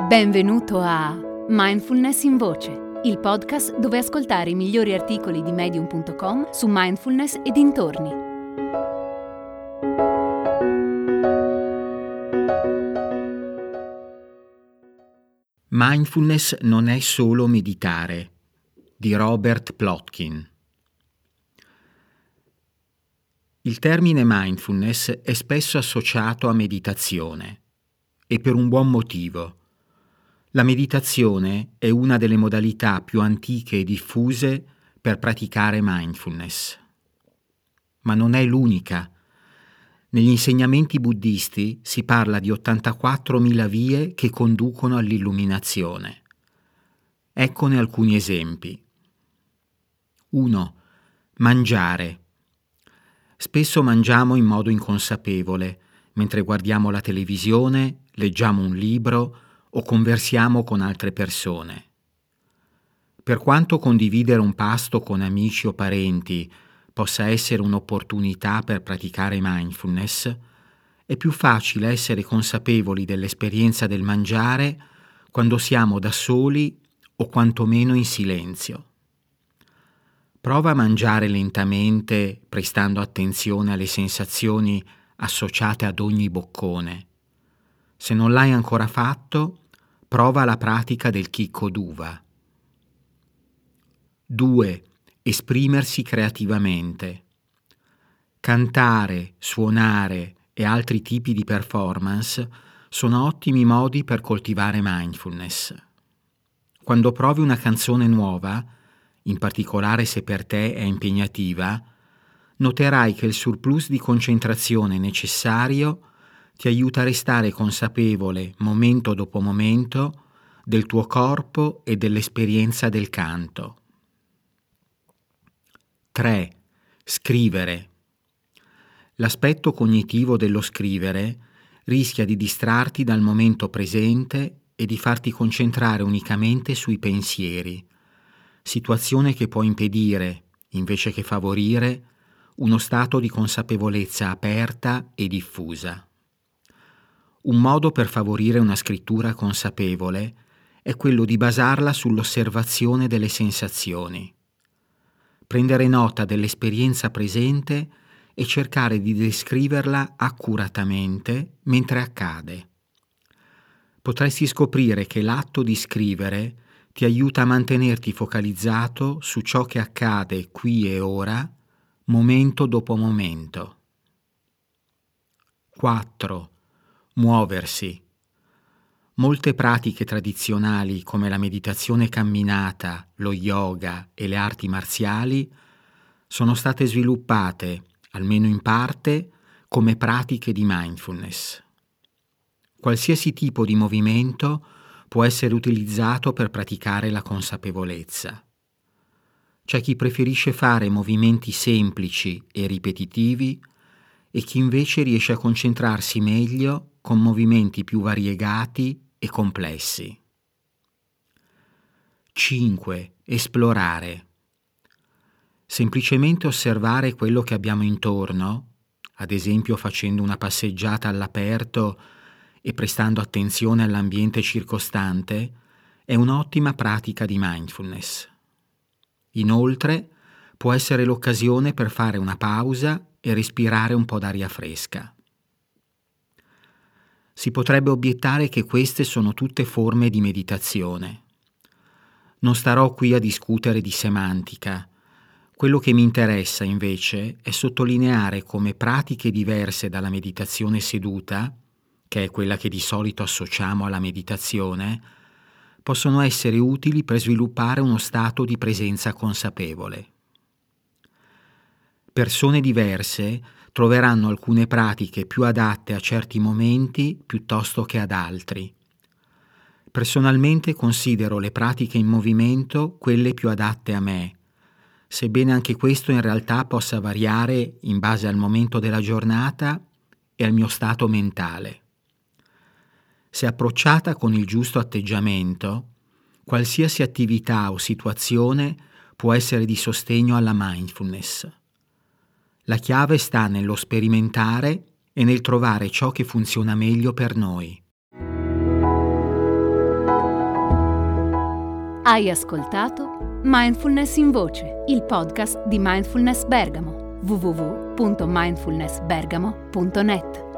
Benvenuto a Mindfulness in Voce, il podcast dove ascoltare i migliori articoli di Medium.com su mindfulness e dintorni. Mindfulness non è solo meditare, di Robert Plotkin. Il termine mindfulness è spesso associato a meditazione, e per un buon motivo. La meditazione è una delle modalità più antiche e diffuse per praticare mindfulness. Ma non è l'unica. Negli insegnamenti buddisti si parla di 84.000 vie che conducono all'illuminazione. Eccone alcuni esempi. 1. Mangiare. Spesso mangiamo in modo inconsapevole, mentre guardiamo la televisione, leggiamo un libro o conversiamo con altre persone. Per quanto condividere un pasto con amici o parenti possa essere un'opportunità per praticare mindfulness, è più facile essere consapevoli dell'esperienza del mangiare quando siamo da soli o quantomeno in silenzio. Prova a mangiare lentamente, prestando attenzione alle sensazioni associate ad ogni boccone. Se non l'hai ancora fatto, prova la pratica del chicco d'uva. 2. Esprimersi creativamente. Cantare, suonare e altri tipi di performance sono ottimi modi per coltivare mindfulness. Quando provi una canzone nuova, in particolare se per te è impegnativa, noterai che il surplus di concentrazione necessario ti aiuta a restare consapevole, momento dopo momento, del tuo corpo e dell'esperienza del canto. 3. Scrivere. L'aspetto cognitivo dello scrivere rischia di distrarti dal momento presente e di farti concentrare unicamente sui pensieri, situazione che può impedire, invece che favorire, uno stato di consapevolezza aperta e diffusa. Un modo per favorire una scrittura consapevole è quello di basarla sull'osservazione delle sensazioni. Prendere nota dell'esperienza presente e cercare di descriverla accuratamente mentre accade. Potresti scoprire che l'atto di scrivere ti aiuta a mantenerti focalizzato su ciò che accade qui e ora, momento dopo momento. 4. Muoversi. Molte pratiche tradizionali come la meditazione camminata, lo yoga e le arti marziali sono state sviluppate, almeno in parte, come pratiche di mindfulness. Qualsiasi tipo di movimento può essere utilizzato per praticare la consapevolezza. C'è chi preferisce fare movimenti semplici e ripetitivi e chi invece riesce a concentrarsi meglio con movimenti più variegati e complessi. 5. Esplorare. Semplicemente osservare quello che abbiamo intorno, ad esempio facendo una passeggiata all'aperto e prestando attenzione all'ambiente circostante, è un'ottima pratica di mindfulness. Inoltre, può essere l'occasione per fare una pausa e respirare un po' d'aria fresca. Si potrebbe obiettare che queste sono tutte forme di meditazione. Non starò qui a discutere di semantica. Quello che mi interessa, invece, è sottolineare come pratiche diverse dalla meditazione seduta, che è quella che di solito associamo alla meditazione, possono essere utili per sviluppare uno stato di presenza consapevole. Persone diverse troveranno alcune pratiche più adatte a certi momenti piuttosto che ad altri. Personalmente considero le pratiche in movimento quelle più adatte a me, sebbene anche questo in realtà possa variare in base al momento della giornata e al mio stato mentale. Se approcciata con il giusto atteggiamento, qualsiasi attività o situazione può essere di sostegno alla mindfulness. La chiave sta nello sperimentare e nel trovare ciò che funziona meglio per noi. Hai ascoltato Mindfulness in Voce, il podcast di Mindfulness Bergamo, www.mindfulnessbergamo.net.